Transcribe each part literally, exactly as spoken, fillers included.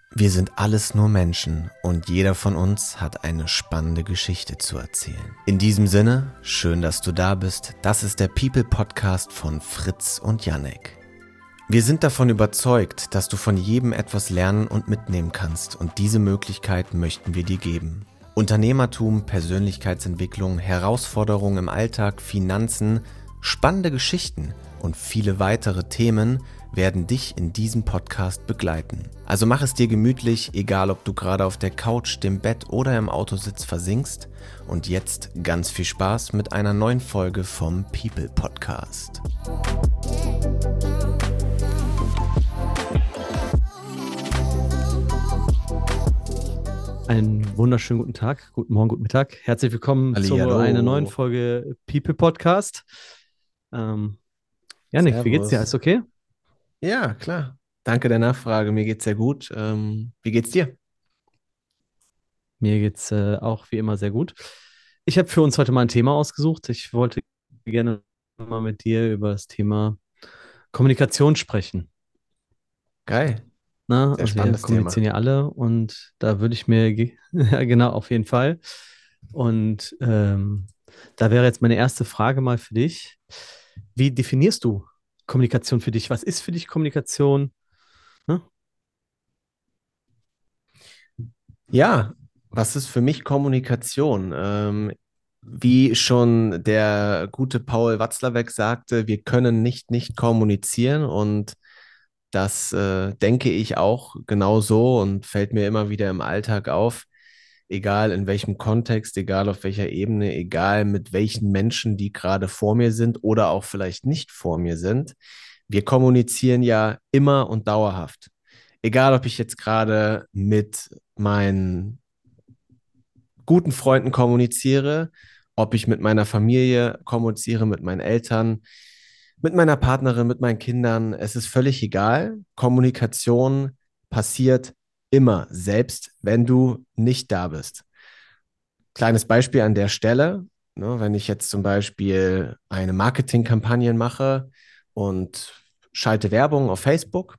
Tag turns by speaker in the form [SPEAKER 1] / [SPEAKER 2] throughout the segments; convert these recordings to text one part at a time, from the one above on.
[SPEAKER 1] Wir sind alles nur Menschen und jeder von uns hat eine spannende Geschichte zu erzählen. In diesem Sinne, schön, dass du da bist. Das ist der People Podcast von Fritz und Jannik. Wir sind davon überzeugt, dass du von jedem etwas lernen und mitnehmen kannst und diese Möglichkeit möchten wir dir geben. Unternehmertum, Persönlichkeitsentwicklung, Herausforderungen im Alltag, Finanzen, spannende Geschichten und viele weitere Themen werden dich in diesem Podcast begleiten. Also mach es dir gemütlich, egal ob du gerade auf der Couch, dem Bett oder im Auto sitzt, versinkst. Und jetzt ganz viel Spaß mit einer neuen Folge vom People Podcast.
[SPEAKER 2] Einen wunderschönen guten Tag, guten Morgen, guten Mittag. Herzlich willkommen zu
[SPEAKER 1] Hallihallo.
[SPEAKER 2] einer neuen Folge People Podcast. Ähm, Jannik, wie geht's dir? Alles okay?
[SPEAKER 1] Ja, klar. Danke der Nachfrage. Mir geht's sehr gut. Ähm, wie geht's dir?
[SPEAKER 2] Mir geht's äh, auch wie immer sehr gut. Ich habe für uns heute mal ein Thema ausgesucht. Ich wollte gerne mal mit dir über das Thema Kommunikation sprechen.
[SPEAKER 1] Geil.
[SPEAKER 2] Na,
[SPEAKER 1] Sehr
[SPEAKER 2] also wir
[SPEAKER 1] spannendes
[SPEAKER 2] kommunizieren
[SPEAKER 1] Thema.
[SPEAKER 2] ja alle und da würde ich mir, ge- ja genau, auf jeden Fall. Und ähm, da wäre jetzt meine erste Frage mal für dich. Wie definierst du Kommunikation für dich? Was ist für dich Kommunikation? Ne?
[SPEAKER 1] Ja, was ist für mich Kommunikation? Ähm, wie schon der gute Paul Watzlawick sagte, wir können nicht nicht kommunizieren und das äh, denke ich auch genau so und fällt mir immer wieder im Alltag auf, egal in welchem Kontext, egal auf welcher Ebene, egal mit welchen Menschen die gerade vor mir sind oder auch vielleicht nicht vor mir sind. Wir kommunizieren ja immer und dauerhaft. Egal, ob ich jetzt gerade mit meinen guten Freunden kommuniziere, ob ich mit meiner Familie kommuniziere, mit meinen Eltern, mit meiner Partnerin, mit meinen Kindern. Es ist völlig egal. Kommunikation passiert immer, selbst wenn du nicht da bist. Kleines Beispiel an der Stelle, ne, wenn ich jetzt zum Beispiel eine Marketingkampagne mache und schalte Werbung auf Facebook,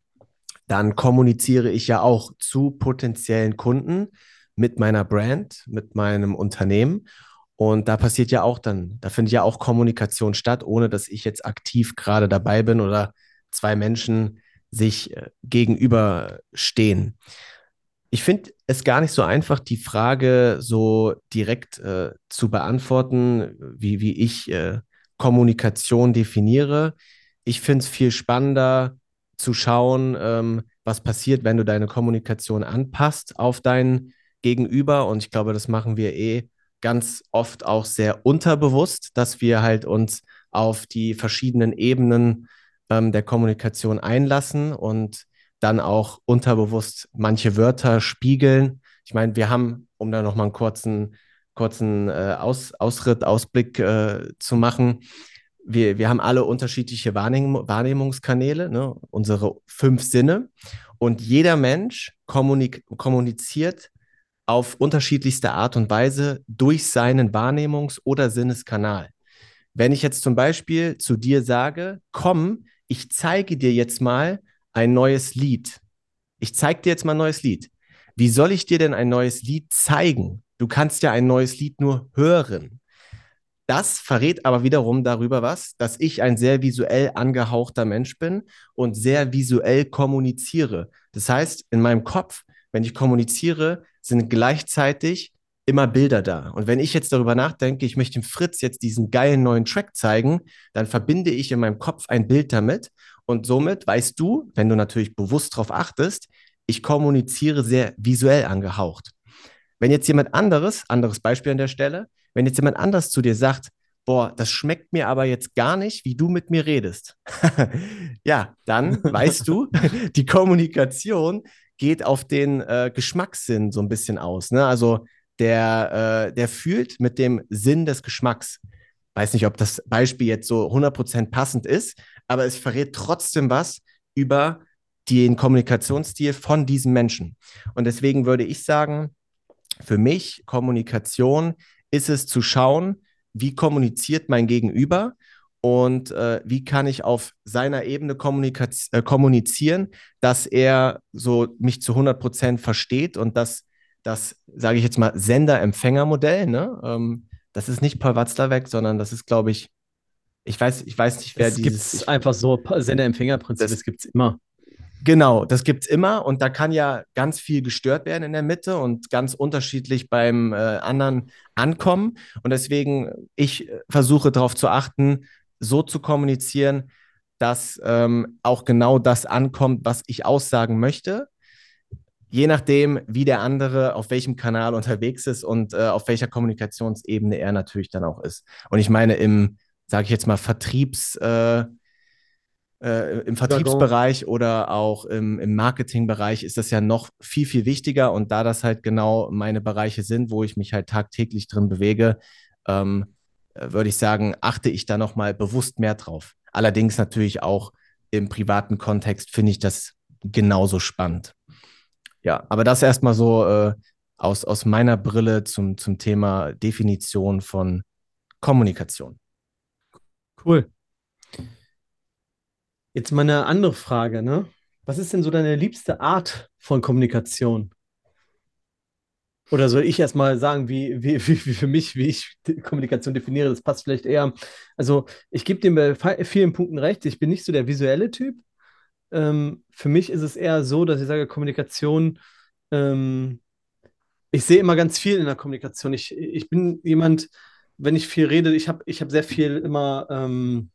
[SPEAKER 1] dann kommuniziere ich ja auch zu potenziellen Kunden mit meiner Brand, mit meinem Unternehmen. Und da passiert ja auch dann, da findet ja auch Kommunikation statt, ohne dass ich jetzt aktiv gerade dabei bin oder zwei Menschen sich äh, gegenüberstehen. Ich finde es gar nicht so einfach, die Frage so direkt äh, zu beantworten, wie, wie ich äh, Kommunikation definiere. Ich finde es viel spannender zu schauen, ähm, was passiert, wenn du deine Kommunikation anpasst auf dein Gegenüber. Und ich glaube, das machen wir eh ganz oft auch sehr unterbewusst, dass wir halt uns auf die verschiedenen Ebenen ähm, der Kommunikation einlassen und dann auch unterbewusst manche Wörter spiegeln. Ich meine, wir haben, um da nochmal einen kurzen, kurzen äh, Aus, Ausritt, Ausblick äh, zu machen, wir, wir haben alle unterschiedliche Wahrnehm Wahrnehmungskanäle, ne? Unsere fünf Sinne. Und jeder Mensch kommunik kommuniziert auf unterschiedlichste Art und Weise durch seinen Wahrnehmungs- oder Sinneskanal. Wenn ich jetzt zum Beispiel zu dir sage, komm, ich zeige dir jetzt mal ein neues Lied. Ich zeige dir jetzt mal ein neues Lied. Wie soll ich dir denn ein neues Lied zeigen? Du kannst ja ein neues Lied nur hören. Das verrät aber wiederum darüber was, dass ich ein sehr visuell angehauchter Mensch bin und sehr visuell kommuniziere. Das heißt, in meinem Kopf, wenn ich kommuniziere, sind gleichzeitig immer Bilder da. Und wenn ich jetzt darüber nachdenke, ich möchte dem Fritz jetzt diesen geilen neuen Track zeigen, dann verbinde ich in meinem Kopf ein Bild damit. Und somit weißt du, wenn du natürlich bewusst darauf achtest, ich kommuniziere sehr visuell angehaucht. Wenn jetzt jemand anderes, anderes Beispiel an der Stelle, wenn jetzt jemand anders zu dir sagt, boah, das schmeckt mir aber jetzt gar nicht, wie du mit mir redest. Ja, dann weißt du, die Kommunikation geht auf den äh, Geschmackssinn so ein bisschen aus. Ne? Also der, äh, der fühlt mit dem Sinn des Geschmacks. Weiß nicht, ob das Beispiel jetzt so hundert Prozent passend ist, aber es verrät trotzdem was über den Kommunikationsstil von diesem Menschen. Und deswegen würde ich sagen, für mich, Kommunikation ist es zu schauen, wie kommuniziert mein Gegenüber und äh, wie kann ich auf seiner Ebene kommunikaz- äh, kommunizieren, dass er so mich zu hundert Prozent versteht und dass das, sage ich jetzt mal, Sender-Empfänger-Modell, ne? Ähm, das ist nicht Paul Watzlawick, sondern das ist, glaube ich, ich weiß, ich weiß nicht, wer
[SPEAKER 2] Es
[SPEAKER 1] dieses,
[SPEAKER 2] gibt
[SPEAKER 1] ich,
[SPEAKER 2] einfach so Sender-Empfänger-Prinzip,
[SPEAKER 1] das,
[SPEAKER 2] das gibt es immer.
[SPEAKER 1] genau, das gibt's immer und da kann ja ganz viel gestört werden in der Mitte und ganz unterschiedlich beim äh, anderen ankommen. Und deswegen, ich äh, versuche darauf zu achten, so zu kommunizieren, dass ähm, auch genau das ankommt, was ich aussagen möchte, je nachdem, wie der andere auf welchem Kanal unterwegs ist und äh, auf welcher Kommunikationsebene er natürlich dann auch ist. Und ich meine, im, sage ich jetzt mal, Vertriebs, äh, äh, im
[SPEAKER 2] Jargon.
[SPEAKER 1] Vertriebsbereich oder auch im, im Marketingbereich ist das ja noch viel, viel wichtiger. Und da das halt genau meine Bereiche sind, wo ich mich halt tagtäglich drin bewege, ähm, äh, würde ich sagen, achte ich da nochmal bewusst mehr drauf. Allerdings natürlich auch im privaten Kontext finde ich das genauso spannend. Ja, aber das erstmal so äh, aus, aus meiner Brille zum, zum Thema Definition von Kommunikation.
[SPEAKER 2] Cool. Jetzt mal eine andere Frage, ne? Was ist denn so deine liebste Art von Kommunikation? Oder soll ich erst mal sagen, wie, wie, wie, wie für mich, wie ich die Kommunikation definiere? Das passt vielleicht eher. Also, ich gebe dem bei fe- vielen Punkten recht. Ich bin nicht so der visuelle Typ. Ähm, für mich ist es eher so, dass ich sage, Kommunikation, ähm, ich sehe immer ganz viel in der Kommunikation. Ich, ich bin jemand, wenn ich viel rede, ich habe ich hab sehr viel immer. Ähm,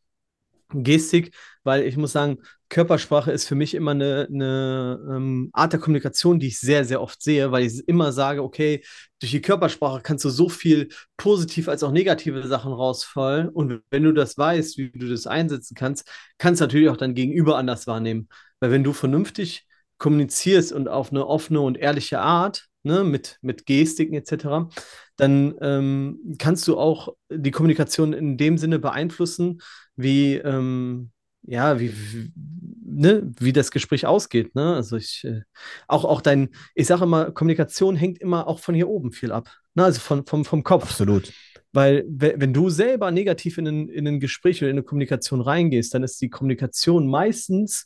[SPEAKER 2] Gestik, weil ich muss sagen, Körpersprache ist für mich immer eine, eine ähm, Art der Kommunikation, die ich sehr, sehr oft sehe, weil ich immer sage, okay, durch die Körpersprache kannst du so viel positiv als auch negative Sachen rausfallen. Und wenn du das weißt, wie du das einsetzen kannst, kannst du natürlich auch dein Gegenüber anders wahrnehmen. Weil wenn du vernünftig kommunizierst und auf eine offene und ehrliche Art, ne, mit, mit Gestiken et cetera, dann ähm, kannst du auch die Kommunikation in dem Sinne beeinflussen, wie, ähm, ja, wie, wie, ne, wie das Gespräch ausgeht. Ne? Also ich, äh, auch, auch dein, ich sage immer, Kommunikation hängt immer auch von hier oben viel ab. Ne? Also von, vom, vom Kopf.
[SPEAKER 1] Absolut.
[SPEAKER 2] Weil we- wenn du selber negativ in ein, in ein Gespräch oder in eine Kommunikation reingehst, dann ist die Kommunikation meistens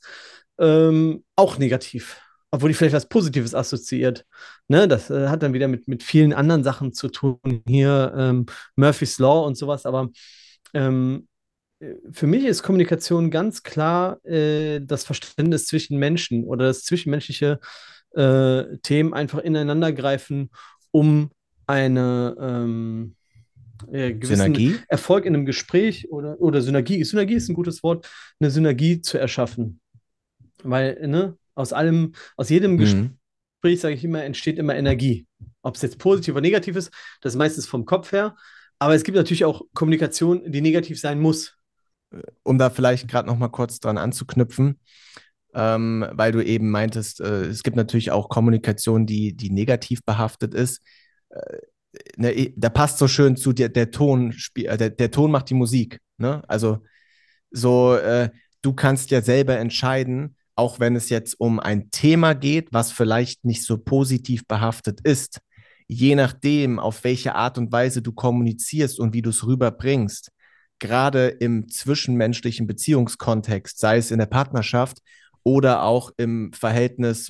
[SPEAKER 2] ähm, auch negativ. Obwohl die vielleicht was Positives assoziiert. Ne? Das äh, hat dann wieder mit, mit vielen anderen Sachen zu tun. Hier ähm, Murphy's Law und sowas. Aber ähm, für mich ist Kommunikation ganz klar äh, das Verständnis zwischen Menschen oder das zwischenmenschliche äh, Themen einfach ineinandergreifen, um eine ähm, äh, gewissen
[SPEAKER 1] Synergie?
[SPEAKER 2] Erfolg in einem Gespräch oder, oder Synergie. Synergie ist ein gutes Wort, eine Synergie zu erschaffen. Weil, ne, aus allem, aus jedem
[SPEAKER 1] Mhm.
[SPEAKER 2] Gespräch, sage ich immer, entsteht immer Energie. Ob es jetzt positiv oder negativ ist, das ist meistens vom Kopf her. Aber es gibt natürlich auch Kommunikation, die negativ sein muss.
[SPEAKER 1] Um da vielleicht gerade noch mal kurz dran anzuknüpfen, ähm, weil du eben meintest, äh, es gibt natürlich auch Kommunikation, die, die negativ behaftet ist. Äh, ne, da passt so schön zu der, der Ton, äh, der, der Ton macht die Musik. Ne? Also so, äh, du kannst ja selber entscheiden, auch wenn es jetzt um ein Thema geht, was vielleicht nicht so positiv behaftet ist, je nachdem, auf welche Art und Weise du kommunizierst und wie du es rüberbringst, gerade im zwischenmenschlichen Beziehungskontext, sei es in der Partnerschaft oder auch im Verhältnis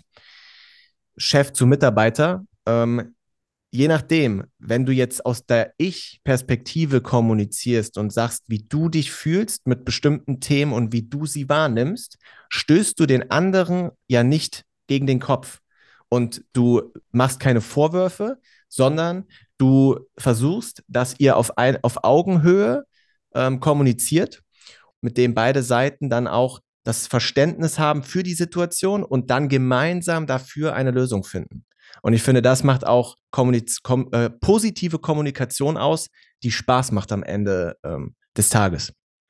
[SPEAKER 1] Chef zu Mitarbeiter, ähm, je nachdem, wenn du jetzt aus der Ich-Perspektive kommunizierst und sagst, wie du dich fühlst mit bestimmten Themen und wie du sie wahrnimmst, stößt du den anderen ja nicht gegen den Kopf. Und du machst keine Vorwürfe, sondern du versuchst, dass ihr auf, ein, auf Augenhöhe ähm, kommuniziert, mit dem beide Seiten dann auch das Verständnis haben für die Situation und dann gemeinsam dafür eine Lösung finden. Und ich finde, das macht auch Kommuniz kom äh, positive Kommunikation aus, die Spaß macht am Ende ähm, des Tages.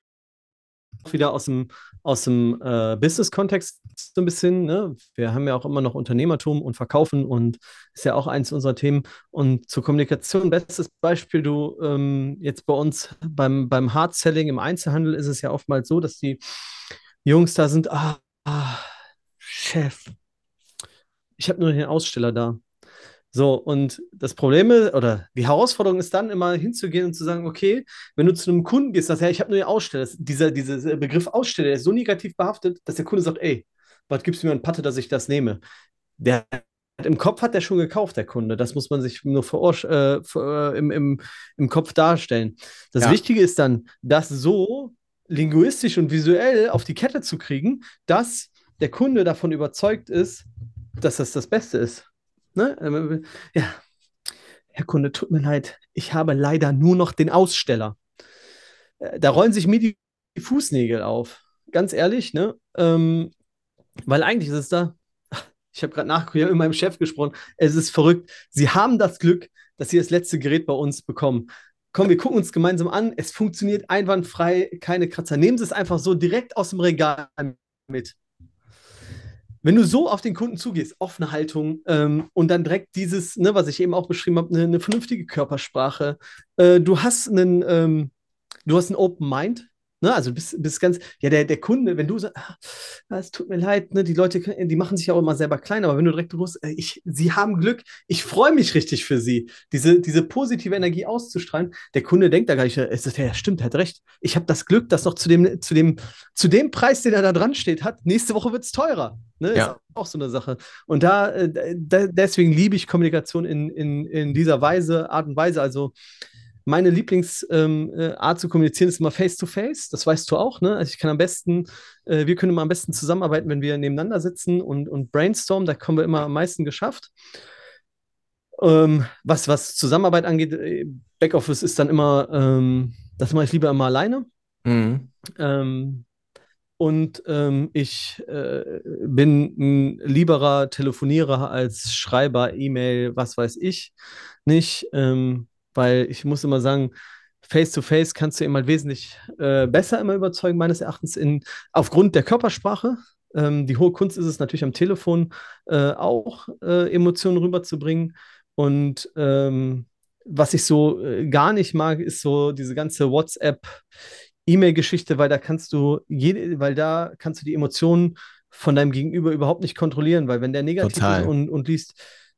[SPEAKER 2] Wieder aus dem, aus dem äh, Business-Kontext so ein bisschen. Ne? Wir haben ja auch immer noch Unternehmertum und Verkaufen und ist ja auch eins unserer Themen. Und zur Kommunikation, bestes Beispiel, du ähm, jetzt bei uns beim, beim Hard-Selling im Einzelhandel ist es ja oftmals so, dass die Jungs da sind, ah, ah Chef, ich habe nur den Aussteller da. So, und das Problem ist, oder die Herausforderung ist dann immer hinzugehen und zu sagen, okay, wenn du zu einem Kunden gehst, sagst, ja, ich habe nur den Aussteller, das- dieser, dieser Begriff Aussteller, der ist so negativ behaftet, dass der Kunde sagt, ey, was gibst du mir an Patte, dass ich das nehme? Der hat, im Kopf hat der schon gekauft, der Kunde. Das muss man sich nur vor, äh, vor, äh, im, im, im Kopf darstellen. Das
[SPEAKER 1] Ja,
[SPEAKER 2] Wichtige ist dann, das so linguistisch und visuell auf die Kette zu kriegen, dass der Kunde davon überzeugt ist, dass das das Beste ist. Ne? Ähm, Ja, Herr Kunde, tut mir leid, ich habe leider nur noch den Aussteller. Äh, Da rollen sich mir die Fußnägel auf. Ganz ehrlich, ne? Ähm, weil eigentlich ist es da, ich habe gerade nach mit meinem Chef gesprochen, es ist verrückt. Sie haben das Glück, dass Sie das letzte Gerät bei uns bekommen. Komm, wir gucken uns gemeinsam an. Es funktioniert einwandfrei, keine Kratzer. Nehmen Sie es einfach so direkt aus dem Regal mit. Wenn du so auf den Kunden zugehst, offene Haltung ähm, und dann direkt dieses, ne, was ich eben auch beschrieben habe, eine, eine vernünftige Körpersprache. Äh, du hast einen, ähm, du hast einen Open Mind. Ne? Also bist, bist ganz, ja, der, der Kunde, wenn du sagst, ah, es tut mir leid, ne, die Leute, die machen sich ja auch immer selber klein, aber wenn du direkt bewusst, äh, ich, sie haben Glück, ich freue mich richtig für sie, diese, diese positive Energie auszustrahlen, der Kunde denkt da gar nicht, es ist, ja, stimmt, er hat recht. Ich habe das Glück, dass noch zu dem, zu dem, zu dem Preis, den er da dran steht, hat, nächste Woche wird es teurer. Ne, ist
[SPEAKER 1] ja.
[SPEAKER 2] auch so eine Sache. Und da, äh, da deswegen liebe ich Kommunikation in, in, in dieser Weise, Art und Weise. Also meine Lieblingsart ähm, äh, zu kommunizieren ist immer face-to-face. Das weißt du auch, ne? Also ich kann am besten, äh, wir können immer am besten zusammenarbeiten, wenn wir nebeneinander sitzen und, und brainstormen. Da kommen wir immer am meisten geschafft. Ähm, was, was Zusammenarbeit angeht, äh, Backoffice ist dann immer, ähm, das mache ich lieber immer alleine.
[SPEAKER 1] Mhm.
[SPEAKER 2] Ähm, und ähm, ich äh, bin ein lieberer Telefonierer als Schreiber, E-Mail, was weiß ich nicht. Ähm, weil ich muss immer sagen, Face-to-Face kannst du eben halt wesentlich äh, besser immer überzeugen, meines Erachtens, in, aufgrund der Körpersprache. Ähm, die hohe Kunst ist es natürlich am Telefon äh, auch, äh, Emotionen rüberzubringen. Und ähm, was ich so äh, gar nicht mag, ist so diese ganze WhatsApp. E-Mail-Geschichte, weil da kannst du jede, weil da kannst du die Emotionen von deinem Gegenüber überhaupt nicht kontrollieren, weil wenn der negativ ist
[SPEAKER 1] Total.
[SPEAKER 2] und, und liest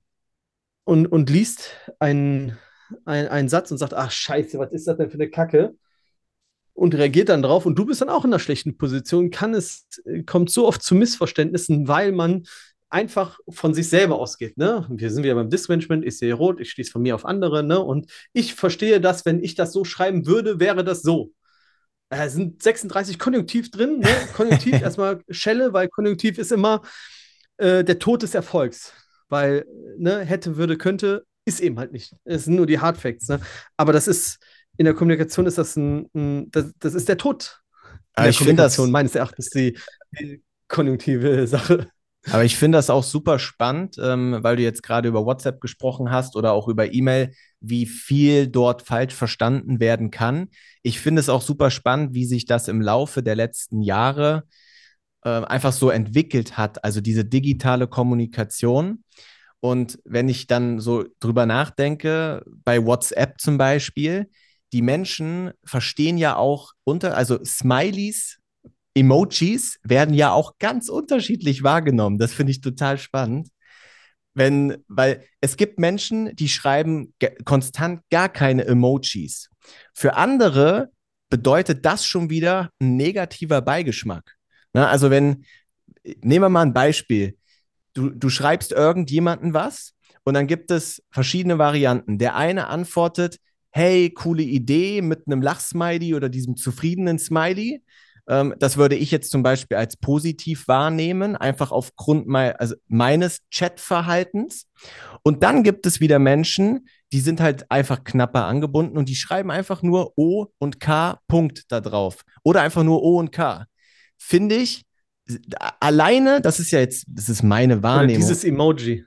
[SPEAKER 2] und, und liest einen, ein, einen Satz und sagt, ach Scheiße, was ist das denn für eine Kacke? Und reagiert dann drauf und du bist dann auch in einer schlechten Position, kann es, kommt so oft zu Missverständnissen, weil man einfach von sich selber ausgeht. Ne? Wir sind wieder beim Diskmanagement, ich sehe rot, ich schließe von mir auf andere, ne? Und ich verstehe das, wenn ich das so schreiben würde, wäre das so. Da sind sechsunddreißig Konjunktiv drin, ne? Konjunktiv erstmal Schelle, weil Konjunktiv ist immer äh, der Tod des Erfolgs. Weil, ne, hätte, würde, könnte, ist eben halt nicht. Es sind nur die Hard Facts, ne? Aber das ist, in der Kommunikation ist das ein, ein das, das ist der Tod in
[SPEAKER 1] Aber
[SPEAKER 2] der
[SPEAKER 1] ich finde
[SPEAKER 2] Kommunikation,
[SPEAKER 1] das,
[SPEAKER 2] meines Erachtens, die, die konjunktive Sache.
[SPEAKER 1] aber ich finde das auch super spannend, ähm, weil du jetzt gerade über WhatsApp gesprochen hast oder auch über E-Mail, wie viel dort falsch verstanden werden kann. Ich finde es auch super spannend, wie sich das im Laufe der letzten Jahre äh, einfach so entwickelt hat, also diese digitale Kommunikation. Und wenn ich dann so drüber nachdenke, bei WhatsApp zum Beispiel, die Menschen verstehen ja auch unter, also Smileys, Emojis werden ja auch ganz unterschiedlich wahrgenommen. Das finde ich total spannend. Wenn, weil es gibt Menschen, die schreiben konstant gar keine Emojis. Für andere bedeutet das schon wieder ein negativer Beigeschmack. Na, also wenn, nehmen wir mal ein Beispiel. Du, du schreibst irgendjemanden was und dann gibt es verschiedene Varianten. Der eine antwortet, hey, coole Idee mit einem Lachsmiley oder diesem zufriedenen Smiley. Ähm, das würde ich jetzt zum Beispiel als positiv wahrnehmen, einfach aufgrund me also meines Chatverhaltens. Und dann gibt es wieder Menschen, die sind halt einfach knapper angebunden und die schreiben einfach nur O und K Punkt da drauf. Oder einfach nur O und K. Finde ich, alleine, das ist ja jetzt, das ist meine
[SPEAKER 2] Oder
[SPEAKER 1] Wahrnehmung.
[SPEAKER 2] dieses Emoji.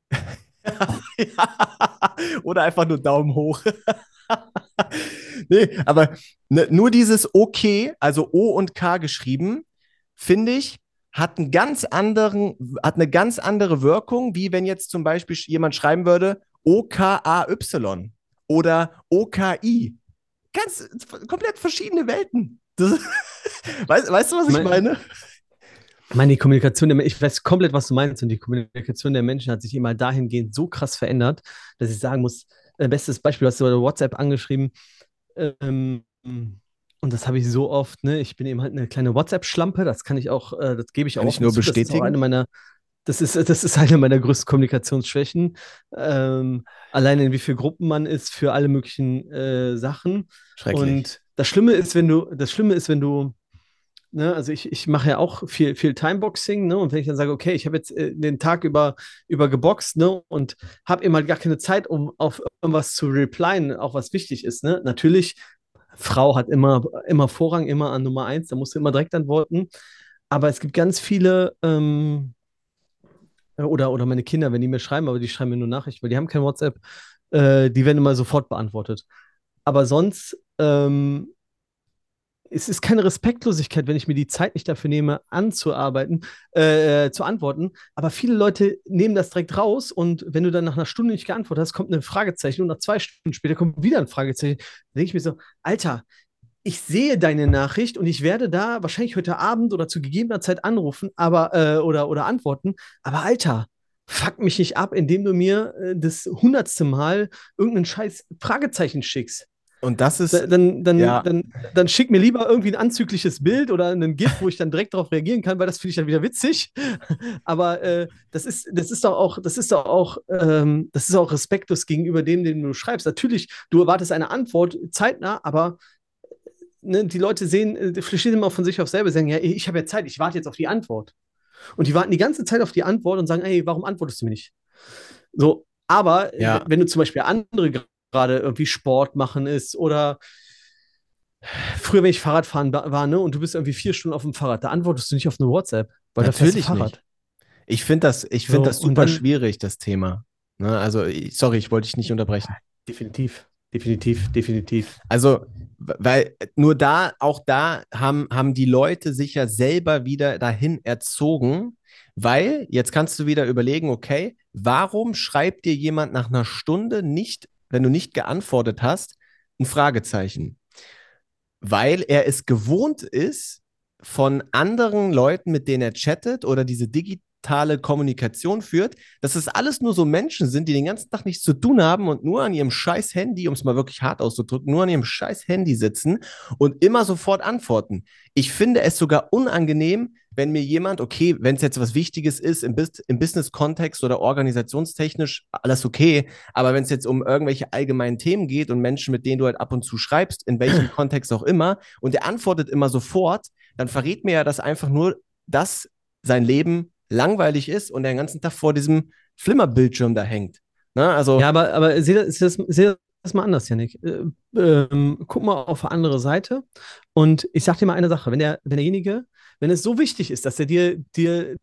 [SPEAKER 1] Ja. Oder einfach nur Daumen hoch. Nee, aber ne, nur dieses Okay, also O und K geschrieben, finde ich, hat einen ganz anderen, hat eine ganz andere Wirkung, wie wenn jetzt zum Beispiel jemand schreiben würde O K A Y oder O K I. Ganz komplett verschiedene Welten. Das, weißt, weißt du, was ich
[SPEAKER 2] Me-
[SPEAKER 1] meine?
[SPEAKER 2] Ich meine, die Kommunikation der Menschen, ich weiß komplett, was du meinst, und die Kommunikation der Menschen hat sich immer dahingehend so krass verändert, dass ich sagen muss, äh, bestes Beispiel, hast du bei WhatsApp angeschrieben, ähm, und das habe ich so oft, ne? Ich bin eben halt eine kleine WhatsApp-Schlampe, das kann ich auch, äh, das gebe ich auch
[SPEAKER 1] Kann ich
[SPEAKER 2] offen
[SPEAKER 1] nur
[SPEAKER 2] zu, das ist auch eine
[SPEAKER 1] bestätigen.
[SPEAKER 2] meiner, das ist, das ist eine meiner größten Kommunikationsschwächen. Ähm, alleine in wie viele Gruppen man ist für alle möglichen äh, Sachen.
[SPEAKER 1] Schrecklich.
[SPEAKER 2] Und das Schlimme ist, wenn du, das Schlimme ist, wenn du Ne, also ich, ich mache ja auch viel, viel Timeboxing, ne? Und wenn ich dann sage, okay, ich habe jetzt äh, den Tag über, über geboxt, ne? Und habe eben halt gar keine Zeit, um auf irgendwas zu replyen, auch was wichtig ist, ne? Natürlich, Frau hat immer, immer Vorrang, immer an Nummer eins, da musst du immer direkt antworten. Aber es gibt ganz viele, ähm, oder, oder meine Kinder, wenn die mir schreiben, aber die schreiben mir nur Nachrichten, weil die haben kein WhatsApp, äh, die werden immer sofort beantwortet. Aber sonst, ähm, es ist keine Respektlosigkeit, wenn ich mir die Zeit nicht dafür nehme, anzuarbeiten, äh, zu antworten. Aber viele Leute nehmen das direkt raus, und wenn du dann nach einer Stunde nicht geantwortet hast, kommt ein Fragezeichen, und nach zwei Stunden später kommt wieder ein Fragezeichen. Da denke ich mir so, Alter, ich sehe deine Nachricht und ich werde da wahrscheinlich heute Abend oder zu gegebener Zeit anrufen, aber äh, oder, oder antworten. Aber Alter, fuck mich nicht ab, indem du mir äh, das hundertste Mal irgendeinen scheiß Fragezeichen schickst.
[SPEAKER 1] Und das ist,
[SPEAKER 2] Da- Dann, dann,
[SPEAKER 1] ja,
[SPEAKER 2] dann, dann schick mir lieber irgendwie ein anzügliches Bild oder einen GIF, wo ich dann direkt darauf reagieren kann, weil das finde ich dann wieder witzig. Aber äh, das ist, das ist doch auch, das ist doch auch, ähm, das ist auch respektlos gegenüber dem, den du schreibst. Natürlich, du erwartest eine Antwort zeitnah, aber ne, die Leute sehen, äh, verstehen immer von sich auf selber, sagen, ja, ich habe ja Zeit, ich warte jetzt auf die Antwort. Und die warten die ganze Zeit auf die Antwort und sagen, ey, warum antwortest du mir nicht? So, aber äh,
[SPEAKER 1] ja.
[SPEAKER 2] wenn du zum Beispiel andere gerade irgendwie Sport machen ist oder früher, wenn ich Fahrradfahren war, ne, und du bist irgendwie vier Stunden auf dem Fahrrad, da antwortest du nicht auf eine WhatsApp, weil da fährst du
[SPEAKER 1] Natürlich nicht.
[SPEAKER 2] Fahrrad.
[SPEAKER 1] Ich finde das, ich
[SPEAKER 2] So,
[SPEAKER 1] finde das
[SPEAKER 2] und
[SPEAKER 1] super
[SPEAKER 2] dann,
[SPEAKER 1] schwierig, das Thema. Ne? Also, ich, sorry, ich wollte dich nicht unterbrechen.
[SPEAKER 2] definitiv, definitiv, definitiv.
[SPEAKER 1] Also, weil nur da, auch da haben, haben die Leute sich ja selber wieder dahin erzogen, weil jetzt kannst du wieder überlegen, okay, warum schreibt dir jemand nach einer Stunde nicht, wenn du nicht geantwortet hast, ein Fragezeichen? Weil er es gewohnt ist, von anderen Leuten, mit denen er chattet oder diese digitale Kommunikation führt, dass es alles nur so Menschen sind, die den ganzen Tag nichts zu tun haben und nur an ihrem scheiß Handy, um es mal wirklich hart auszudrücken, nur an ihrem scheiß Handy sitzen und immer sofort antworten. Ich finde es sogar unangenehm, wenn mir jemand, okay, wenn es jetzt was Wichtiges ist, im, Bus im Business-Kontext oder organisationstechnisch, alles okay, aber wenn es jetzt um irgendwelche allgemeinen Themen geht und Menschen, mit denen du halt ab und zu schreibst, in welchem Kontext auch immer, und der antwortet immer sofort, dann verrät mir ja das einfach nur, dass sein Leben langweilig ist und er den ganzen Tag vor diesem Flimmerbildschirm da hängt. Ne? Also,
[SPEAKER 2] Ja, aber, aber seh das, seh das, seh das mal anders, Janik. Äh, ähm, guck mal auf eine andere Seite. Und ich sag dir mal eine Sache, wenn der, wenn derjenige, wenn es so wichtig ist, dass er dir, dir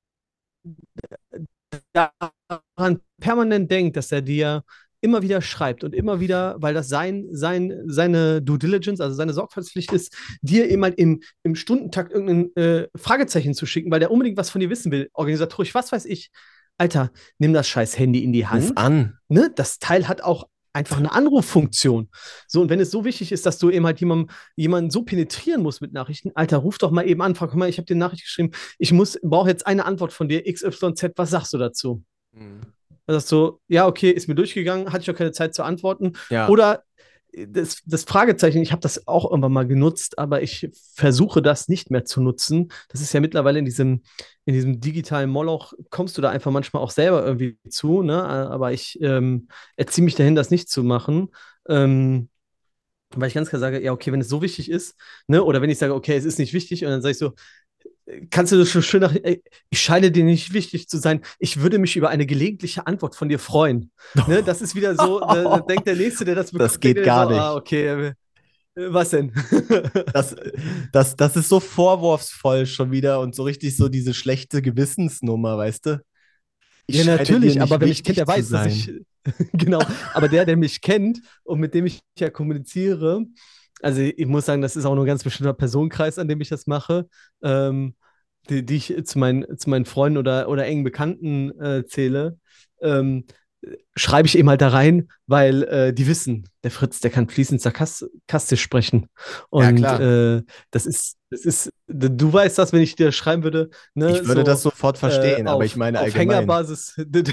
[SPEAKER 2] daran permanent denkt, dass er dir immer wieder schreibt und immer wieder, weil das sein, sein, seine Due Diligence, also seine Sorgfaltspflicht ist, dir eben halt im, im Stundentakt irgendein äh, Fragezeichen zu schicken, weil der unbedingt was von dir wissen will, organisatorisch, was weiß ich. Alter, nimm das scheiß Handy in die
[SPEAKER 1] ruf
[SPEAKER 2] Hand.
[SPEAKER 1] an.
[SPEAKER 2] Ne? Das Teil hat auch einfach eine Anruffunktion. So, und wenn es so wichtig ist, dass du eben halt jemanden, jemanden so penetrieren musst mit Nachrichten, Alter, ruf doch mal eben an, frag mal, ich habe dir eine Nachricht geschrieben, ich muss, brauche jetzt eine Antwort von dir, X Y Z, was sagst du dazu?
[SPEAKER 1] Hm.
[SPEAKER 2] Da sagst du, ja, okay, ist mir durchgegangen, hatte ich auch keine Zeit zu antworten.
[SPEAKER 1] Ja,
[SPEAKER 2] Oder das, das Fragezeichen, ich habe das auch irgendwann mal genutzt, aber ich versuche das nicht mehr zu nutzen. Das ist ja mittlerweile in diesem, in diesem digitalen Moloch, kommst du da einfach manchmal auch selber irgendwie zu, ne? Aber ich ähm, erziehe mich dahin, das nicht zu machen. Ähm, weil ich ganz klar sage, ja, okay, wenn es so wichtig ist, ne, oder wenn ich sage, okay, es ist nicht wichtig, und dann sage ich so, kannst du das schon schön nach, ey, ich scheine dir nicht wichtig zu sein. Ich würde mich über eine gelegentliche Antwort von dir freuen. Ne, das ist wieder so, da, da denkt der Nächste, der das
[SPEAKER 1] das
[SPEAKER 2] bekommt, denkt
[SPEAKER 1] geht
[SPEAKER 2] er so,
[SPEAKER 1] gar
[SPEAKER 2] ah,
[SPEAKER 1] nicht.
[SPEAKER 2] okay, äh, was denn?
[SPEAKER 1] Das, das, das ist so vorwurfsvoll schon wieder und so richtig so diese schlechte Gewissensnummer, weißt du? Ich
[SPEAKER 2] Ja,
[SPEAKER 1] scheine dir
[SPEAKER 2] natürlich,
[SPEAKER 1] nicht
[SPEAKER 2] aber wer mich kennt,
[SPEAKER 1] wichtig
[SPEAKER 2] der
[SPEAKER 1] zu
[SPEAKER 2] weiß, dass
[SPEAKER 1] sein.
[SPEAKER 2] ich, genau, aber der, der mich kennt und mit dem ich ja kommuniziere, also ich muss sagen, das ist auch nur ein ganz bestimmter Personenkreis, an dem ich das mache, ähm, die, die ich zu meinen, zu meinen Freunden oder, oder engen Bekannten äh, zähle, ähm, schreibe ich eben halt da rein, weil äh, die wissen, der Fritz, der kann fließend sarkastisch sprechen.
[SPEAKER 1] Ja,
[SPEAKER 2] Und
[SPEAKER 1] klar.
[SPEAKER 2] äh, das ist, Das ist, du weißt das, wenn ich dir schreiben würde, ne,
[SPEAKER 1] Ich würde das
[SPEAKER 2] so
[SPEAKER 1] sofort
[SPEAKER 2] äh,
[SPEAKER 1] verstehen, aber ich
[SPEAKER 2] auf,
[SPEAKER 1] meine
[SPEAKER 2] auf
[SPEAKER 1] allgemein.
[SPEAKER 2] Hängerbasis.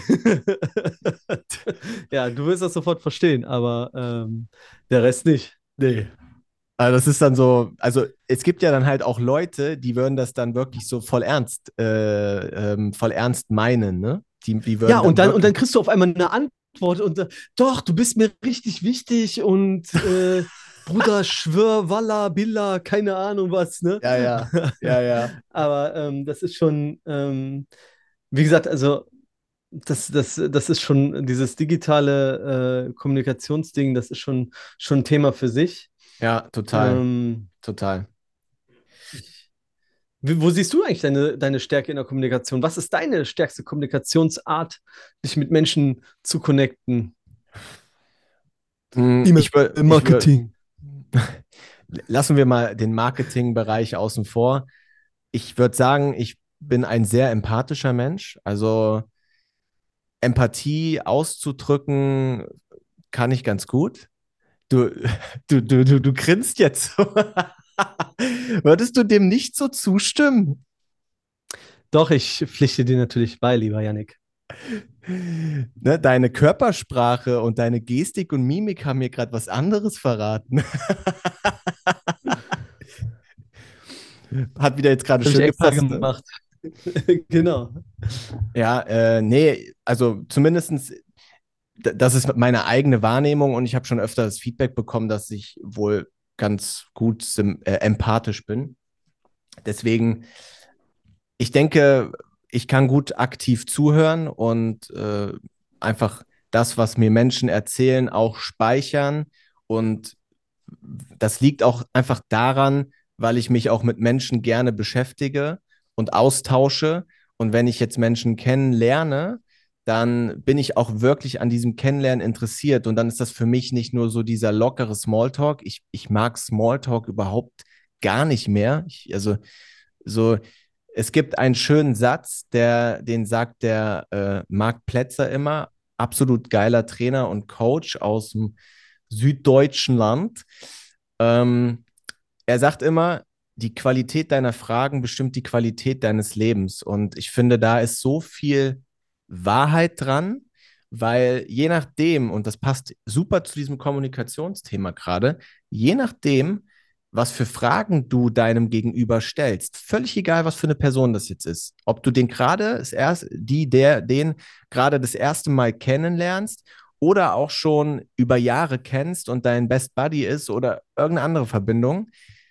[SPEAKER 2] Ja, du wirst das sofort verstehen, aber ähm, der Rest nicht.
[SPEAKER 1] Nee. Also das ist dann so, also es gibt ja dann halt auch Leute, die würden das dann wirklich so voll ernst, äh, ähm, voll ernst meinen, ne? Die, die
[SPEAKER 2] Ja,
[SPEAKER 1] würden
[SPEAKER 2] und
[SPEAKER 1] dann
[SPEAKER 2] dann, und dann
[SPEAKER 1] wirklich,
[SPEAKER 2] kriegst du auf einmal eine Antwort und äh, doch, du bist mir richtig wichtig und äh, Bruder, schwör, Walla, Billa, keine Ahnung was, ne?
[SPEAKER 1] ja, ja, ja, ja,
[SPEAKER 2] Aber ähm, das ist schon, ähm, wie gesagt, also das, das, das ist schon dieses digitale äh, Kommunikationsding, das ist schon, schon ein Thema für sich.
[SPEAKER 1] ja, total,
[SPEAKER 2] Ähm,
[SPEAKER 1] total.
[SPEAKER 2] wie- wo siehst du eigentlich deine, deine Stärke in der Kommunikation? Was ist deine stärkste Kommunikationsart, dich mit Menschen zu connecten?
[SPEAKER 1] Hm, Ich würde, ich würde,
[SPEAKER 2] E-Mail-Marketing.
[SPEAKER 1] lassen wir mal den Marketingbereich außen vor. Ich würde sagen, ich bin ein sehr empathischer Mensch. Also Empathie auszudrücken kann ich ganz gut. Du, du, du, du, du grinst jetzt so. Würdest du dem nicht so zustimmen?
[SPEAKER 2] Doch, ich pflichte dir natürlich bei, lieber Yannick.
[SPEAKER 1] Ne, deine Körpersprache und deine Gestik und Mimik haben mir gerade was anderes verraten. Hat wieder jetzt gerade
[SPEAKER 2] Das habe ich
[SPEAKER 1] schön
[SPEAKER 2] extra
[SPEAKER 1] gepasst, ne?
[SPEAKER 2] gemacht. Genau.
[SPEAKER 1] Ja, äh, nee, also zumindestens, d- das ist meine eigene Wahrnehmung und ich habe schon öfter das Feedback bekommen, dass ich wohl ganz gut sim- äh, empathisch bin. Deswegen, ich denke, ich kann gut aktiv zuhören und äh, einfach das, was mir Menschen erzählen, auch speichern. Und das liegt auch einfach daran, weil ich mich auch mit Menschen gerne beschäftige und austausche. Und wenn ich jetzt Menschen kennenlerne, dann bin ich auch wirklich an diesem Kennenlernen interessiert. Und dann ist das für mich nicht nur so dieser lockere Smalltalk. Ich, ich mag Smalltalk überhaupt gar nicht mehr. Ich, also so, es gibt einen schönen Satz, der, den sagt der äh, Marc Plätzer immer, absolut geiler Trainer und Coach aus dem süddeutschen Land. Ähm, Er sagt immer, die Qualität deiner Fragen bestimmt die Qualität deines Lebens. Und ich finde, da ist so viel Wahrheit dran, weil je nachdem, und das passt super zu diesem Kommunikationsthema gerade, je nachdem, was für Fragen du deinem Gegenüber stellst, völlig egal, was für eine Person das jetzt ist, ob du den gerade das erste, die, der, den gerade das erste Mal kennenlernst oder auch schon über Jahre kennst und dein Best Buddy ist oder irgendeine andere Verbindung,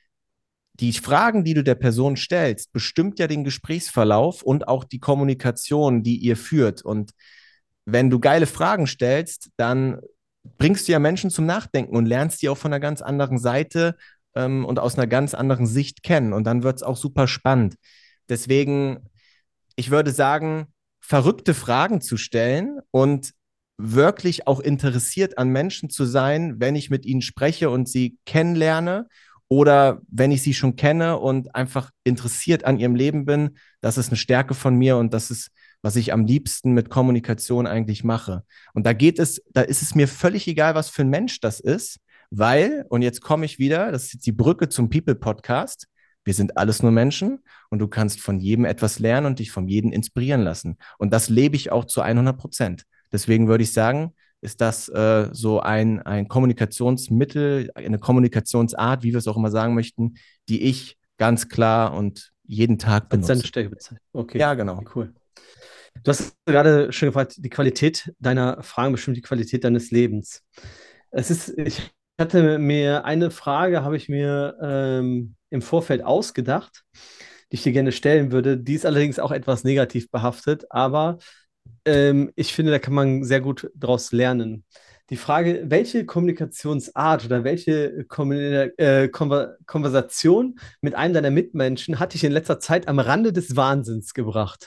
[SPEAKER 1] die Fragen, die du der Person stellst, bestimmt ja den Gesprächsverlauf und auch die Kommunikation, die ihr führt. Und wenn du geile Fragen stellst, dann bringst du ja Menschen zum Nachdenken und lernst die auch von einer ganz anderen Seite ähm, und aus einer ganz anderen Sicht kennen. Und dann wird es auch super spannend. Deswegen, ich würde sagen, verrückte Fragen zu stellen und wirklich auch interessiert an Menschen zu sein, wenn ich mit ihnen spreche und sie kennenlerne oder wenn ich sie schon kenne und einfach interessiert an ihrem Leben bin, das ist eine Stärke von mir und das ist, was ich am liebsten mit Kommunikation eigentlich mache. Und da geht es, da ist es mir völlig egal, was für ein Mensch das ist, weil, und jetzt komme ich wieder, das ist jetzt die Brücke zum People Podcast. Wir sind alles nur Menschen und du kannst von jedem etwas lernen und dich von jedem inspirieren lassen. Und das lebe ich auch zu hundert Prozent. Deswegen würde ich sagen, ist das äh, so ein, ein Kommunikationsmittel, eine Kommunikationsart, wie wir es auch immer sagen möchten, die ich ganz klar und jeden Tag
[SPEAKER 2] Als deine
[SPEAKER 1] benutze.
[SPEAKER 2] Stärke bezeichnet. Okay,
[SPEAKER 1] Ja, genau.
[SPEAKER 2] cool. Du hast gerade schon gefragt, die Qualität deiner Fragen bestimmt die Qualität deines Lebens. Es ist, ich hatte mir eine Frage, habe ich mir ähm, im Vorfeld ausgedacht, die ich dir gerne stellen würde. Die ist allerdings auch etwas negativ behaftet, aber ähm, ich finde, da kann man sehr gut daraus lernen. Die Frage, welche Kommunikationsart oder welche Kommuni äh, Konver Konversation mit einem deiner Mitmenschen hat dich in letzter Zeit am Rande des Wahnsinns gebracht?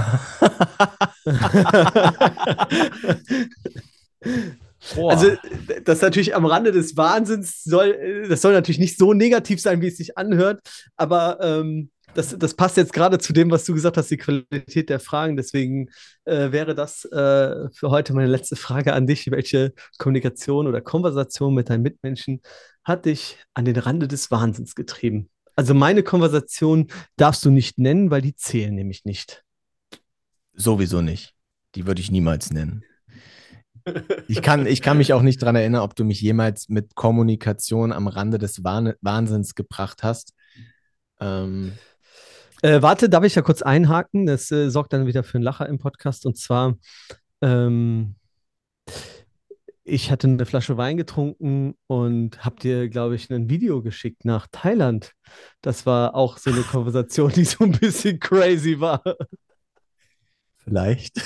[SPEAKER 2] Also,
[SPEAKER 1] Boah.
[SPEAKER 2] das ist natürlich am Rande des Wahnsinns soll, das soll natürlich nicht so negativ sein, wie es sich anhört, aber ähm, das, das passt jetzt gerade zu dem, was du gesagt hast, die Qualität der Fragen. Deswegen äh, wäre das äh, für heute meine letzte Frage an dich. Welche Kommunikation oder Konversation mit deinen Mitmenschen hat dich an den Rande des Wahnsinns getrieben? Also meine Konversation darfst du nicht nennen, weil die zählen nämlich nicht.
[SPEAKER 1] Sowieso nicht. Die würde ich niemals nennen. Ich kann, ich kann mich auch nicht daran erinnern, ob du mich jemals mit Kommunikation am Rande des Wahn Wahnsinns gebracht hast. Ähm,
[SPEAKER 2] Äh, warte, darf ich da kurz einhaken? Das äh, sorgt dann wieder für einen Lacher im Podcast. Und zwar, ähm, ich hatte eine Flasche Wein getrunken und habe dir, glaube ich, ein Video geschickt nach Thailand. Das war auch so eine Konversation, die so ein bisschen crazy war.
[SPEAKER 1] vielleicht.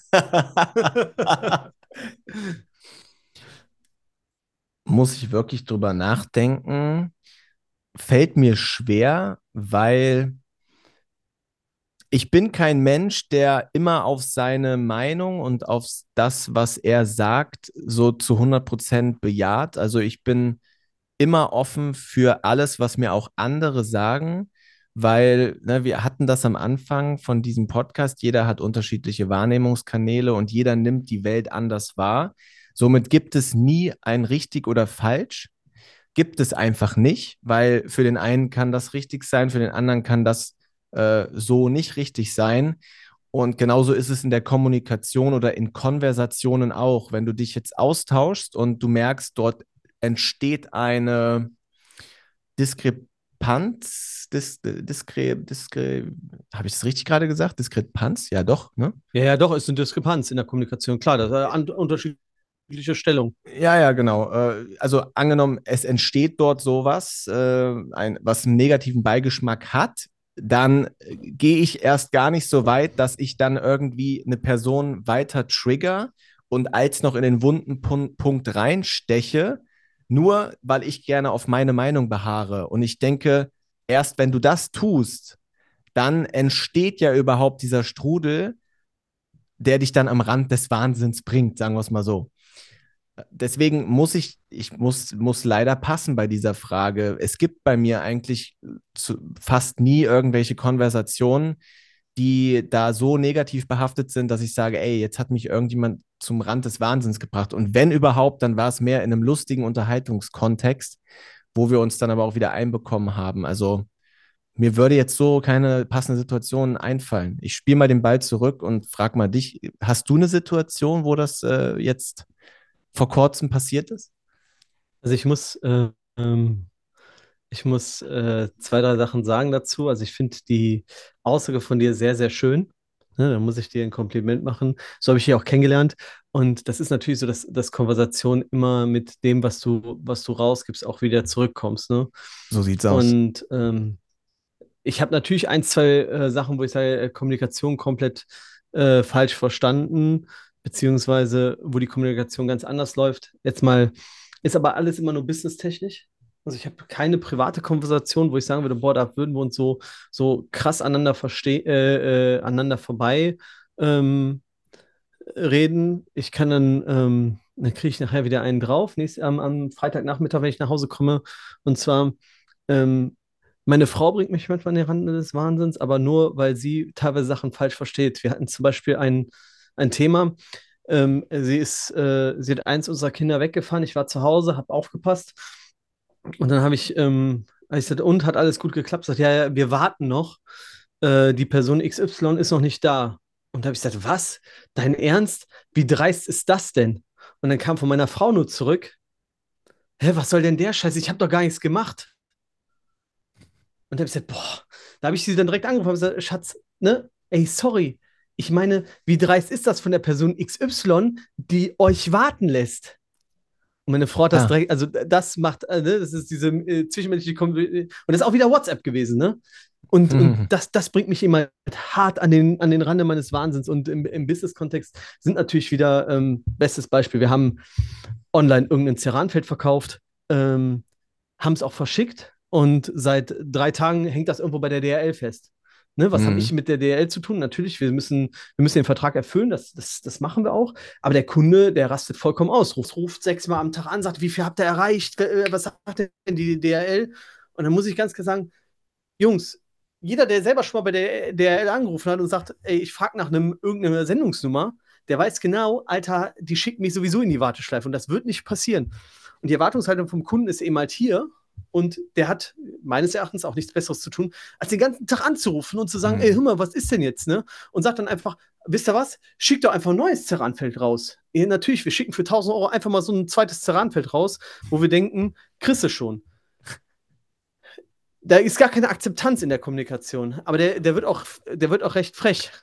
[SPEAKER 1] Muss ich wirklich drüber nachdenken? Fällt mir schwer, weil ich bin kein Mensch, der immer auf seine Meinung und auf das, was er sagt, so zu hundert Prozent bejaht. Also ich bin immer offen für alles, was mir auch andere sagen, weil ne, wir hatten das am Anfang von diesem Podcast. Jeder hat unterschiedliche Wahrnehmungskanäle und jeder nimmt die Welt anders wahr. Somit gibt es nie ein richtig oder falsch. Gibt es einfach nicht, weil für den einen kann das richtig sein, für den anderen kann das äh, so nicht richtig sein. Und genauso ist es in der Kommunikation oder in Konversationen auch. Wenn du dich jetzt austauschst und du merkst, dort entsteht eine Diskrepanz, dis, diskre, diskre, habe ich das richtig gerade gesagt? Diskrepanz? Ja, doch, ne?
[SPEAKER 2] Ja, ja, doch, ist eine Diskrepanz in der Kommunikation. Klar, das ist eine unterschiedliche Stellung.
[SPEAKER 1] Ja, ja, genau. Äh, Also angenommen, es entsteht dort sowas, äh, ein, was einen negativen Beigeschmack hat, dann äh, gehe ich erst gar nicht so weit, dass ich dann irgendwie eine Person weiter trigger und als noch in den wunden Pun Punkt reinsteche, nur weil ich gerne auf meine Meinung beharre. Und ich denke, erst wenn du das tust, dann entsteht ja überhaupt dieser Strudel, der dich dann am Rand des Wahnsinns bringt, sagen wir es mal so. Deswegen muss ich, ich muss, muss leider passen bei dieser Frage. Es gibt bei mir eigentlich zu, fast nie irgendwelche Konversationen, die da so negativ behaftet sind, dass ich sage, ey, jetzt hat mich irgendjemand zum Rand des Wahnsinns gebracht. Und wenn überhaupt, dann war es mehr in einem lustigen Unterhaltungskontext, wo wir uns dann aber auch wieder einbekommen haben. Also mir würde jetzt so keine passende Situation einfallen. Ich spiele mal den Ball zurück und frage mal dich, hast du eine Situation, wo das äh, jetzt vor kurzem passiert ist?
[SPEAKER 2] Also ich muss, äh, ähm, ich muss äh, zwei, drei Sachen sagen dazu. Also ich finde die Aussage von dir sehr, sehr schön. Ne, da muss ich dir ein Kompliment machen. So habe ich dich auch kennengelernt. Und das ist natürlich so, dass, dass Konversation immer mit dem, was du, was du rausgibst, auch wieder zurückkommst. Ne?
[SPEAKER 1] So sieht's aus.
[SPEAKER 2] Und ähm, ich habe natürlich ein, zwei äh, Sachen, wo ich sage, äh, Kommunikation komplett äh, falsch verstanden, beziehungsweise wo die Kommunikation ganz anders läuft. Jetzt mal, ist aber alles immer nur businesstechnisch. Also ich habe keine private Konversation, wo ich sagen würde, boah, da würden wir uns so, so krass aneinander verstehen, äh, äh, aneinander vorbei ähm, reden. Ich kann dann, ähm, dann kriege ich nachher wieder einen drauf, nächst, am, am Freitagnachmittag, wenn ich nach Hause komme. Und zwar, ähm, meine Frau bringt mich manchmal an den Rand des Wahnsinns, aber nur, weil sie teilweise Sachen falsch versteht. Wir hatten zum Beispiel ein, ein Thema. Ähm, sie ist, äh, sie hat eins unserer Kinder weggefahren. Ich war zu Hause, habe aufgepasst. Und dann habe ich, ähm, hab ich gesagt, und hat alles gut geklappt? Sagt, ja, ja, wir warten noch. Äh, die Person X Y ist noch nicht da. Und da habe ich gesagt, was? Dein Ernst? Wie dreist ist das denn? Und dann kam von meiner Frau nur zurück, hä, was soll denn der Scheiß? Ich habe doch gar nichts gemacht. Und da habe ich gesagt, boah, da habe ich sie dann direkt angerufen und gesagt, Schatz, ne, ey, sorry. Ich meine, wie dreist ist das von der Person X Y, die euch warten lässt? Und meine Frau hat das
[SPEAKER 1] Ah,
[SPEAKER 2] direkt, also das macht, äh, ne, das ist diese äh, zwischenmenschliche Kommunikation. Und das ist auch wieder WhatsApp gewesen, ne? Und, und
[SPEAKER 1] mhm.
[SPEAKER 2] das, das bringt mich immer hart an den, an den Rande meines Wahnsinns. Und im, im Business-Kontext sind natürlich wieder, ähm, bestes Beispiel, wir haben online irgendein Ceranfeld verkauft, ähm, haben es auch verschickt und seit drei Tagen hängt das irgendwo bei der D H L fest. Ne, was habe ich
[SPEAKER 1] Mhm.
[SPEAKER 2] mit der D H L zu tun? Natürlich, wir müssen, wir müssen den Vertrag erfüllen, das, das, das machen wir auch. Aber der Kunde, der rastet vollkommen aus, ruft, ruft sechsmal am Tag an, sagt, wie viel habt ihr erreicht? Äh, Was sagt denn die D H L? Und dann muss ich ganz klar sagen, Jungs, jeder, der selber schon mal bei der D H L angerufen hat und sagt, ey, ich frage nach einem, irgendeiner Sendungsnummer, der weiß genau, Alter, die schicken mich sowieso in die Warteschleife und das wird nicht passieren. Und die Erwartungshaltung vom Kunden ist eben halt hier. und der hat meines Erachtens auch nichts Besseres zu tun, als den ganzen Tag anzurufen und zu sagen,
[SPEAKER 1] Mhm.
[SPEAKER 2] ey, hör mal, was ist denn jetzt, ne? Und sagt dann einfach, wisst ihr was, schickt doch einfach ein neues Ceranfeld raus. Ja, natürlich, wir schicken für tausend Euro einfach mal so ein zweites Ceranfeld raus, wo wir denken, kriegst du schon. Da ist gar keine Akzeptanz in der Kommunikation, aber der, der, wird, auch, der wird auch recht frech.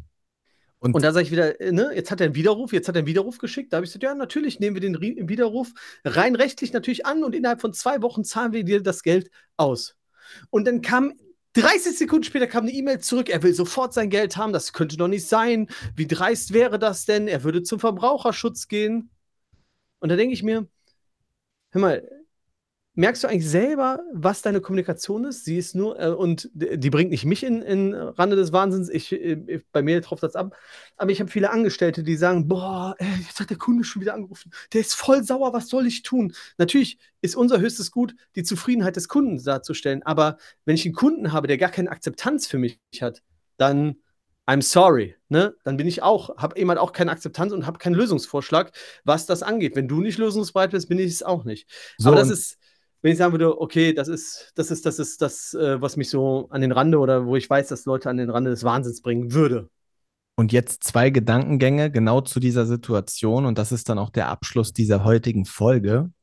[SPEAKER 2] Und, und da sage ich wieder, ne, jetzt hat er einen Widerruf, jetzt hat er einen Widerruf geschickt. Da habe ich gesagt, ja, natürlich nehmen wir den Widerruf rein rechtlich natürlich an und innerhalb von zwei Wochen zahlen wir dir das Geld aus. Und dann kam dreißig Sekunden später kam eine E-Mail zurück, er will sofort sein Geld haben, das könnte doch nicht sein. Wie dreist wäre das denn? Er würde zum Verbraucherschutz gehen. Und da denke ich mir, hör mal, merkst du eigentlich selber, was deine Kommunikation ist? Sie ist nur, äh, und die bringt nicht mich in, in Rande des Wahnsinns, ich, äh, bei mir tropft das ab, aber ich habe viele Angestellte, die sagen, boah, ey, jetzt hat der Kunde schon wieder angerufen, der ist voll sauer, was soll ich tun? Natürlich ist unser höchstes Gut, die Zufriedenheit des Kunden darzustellen, aber wenn ich einen Kunden habe, der gar keine Akzeptanz für mich hat, dann I'm sorry, ne? Dann bin ich auch, habe eben halt auch keine Akzeptanz und habe keinen Lösungsvorschlag, was das angeht. Wenn du nicht lösungsbereit bist, bin ich es auch nicht.
[SPEAKER 1] So,
[SPEAKER 2] aber das ist wenn ich sagen würde, okay, das ist das, ist, das, ist das äh, was mich so an den Rande oder wo ich weiß, dass Leute an den Rande des Wahnsinns bringen würde.
[SPEAKER 1] Und jetzt zwei Gedankengänge genau zu dieser Situation und das ist dann auch der Abschluss dieser heutigen Folge.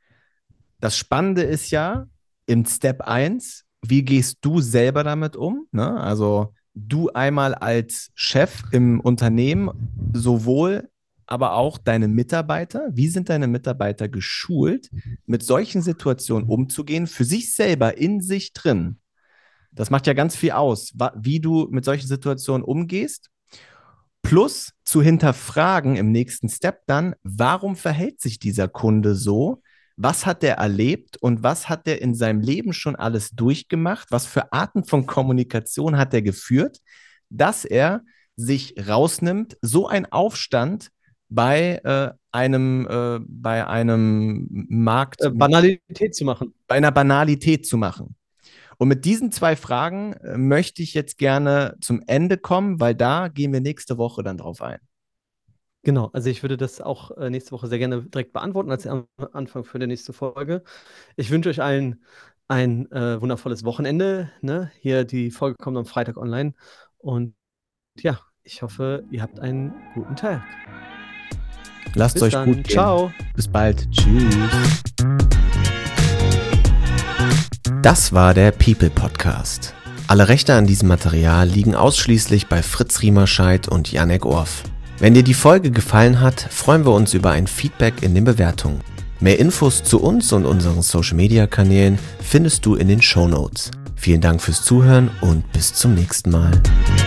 [SPEAKER 1] Das Spannende ist ja im Step eins, wie gehst du selber damit um? Ne? Also du einmal als Chef im Unternehmen sowohl aber auch deine Mitarbeiter. Wie sind deine Mitarbeiter geschult, mit solchen Situationen umzugehen, für sich selber in sich drin? Das macht ja ganz viel aus, wie du mit solchen Situationen umgehst. Plus zu hinterfragen im nächsten Step dann, warum verhält sich dieser Kunde so? Was hat er erlebt und was hat er in seinem Leben schon alles durchgemacht? Was für Arten von Kommunikation hat er geführt, dass er sich rausnimmt, so ein Aufstand bei äh, einem, äh, bei einem Markt,
[SPEAKER 2] äh, Banalität zu machen.
[SPEAKER 1] Bei einer Banalität zu machen. Und mit diesen zwei Fragen äh, möchte ich jetzt gerne zum Ende kommen, weil da gehen wir nächste Woche dann drauf ein.
[SPEAKER 2] Genau, also ich würde das auch äh, nächste Woche sehr gerne direkt beantworten als am Anfang für die nächste Folge. Ich wünsche euch allen ein äh, wundervolles Wochenende. Ne? Hier die Folge kommt am Freitag online. Und ja, ich hoffe, ihr habt einen guten Tag.
[SPEAKER 1] Lasst
[SPEAKER 2] Bis
[SPEAKER 1] euch
[SPEAKER 2] dann.
[SPEAKER 1] gut gehen.
[SPEAKER 2] Ciao.
[SPEAKER 1] Bis bald. Tschüss. Das war der People Podcast. Alle Rechte an diesem Material liegen ausschließlich bei Fritz Riemerscheid und Janek Orff. Wenn dir die Folge gefallen hat, freuen wir uns über ein Feedback in den Bewertungen. Mehr Infos zu uns und unseren Social-Media-Kanälen findest du in den Shownotes. Vielen Dank fürs Zuhören und bis zum nächsten Mal.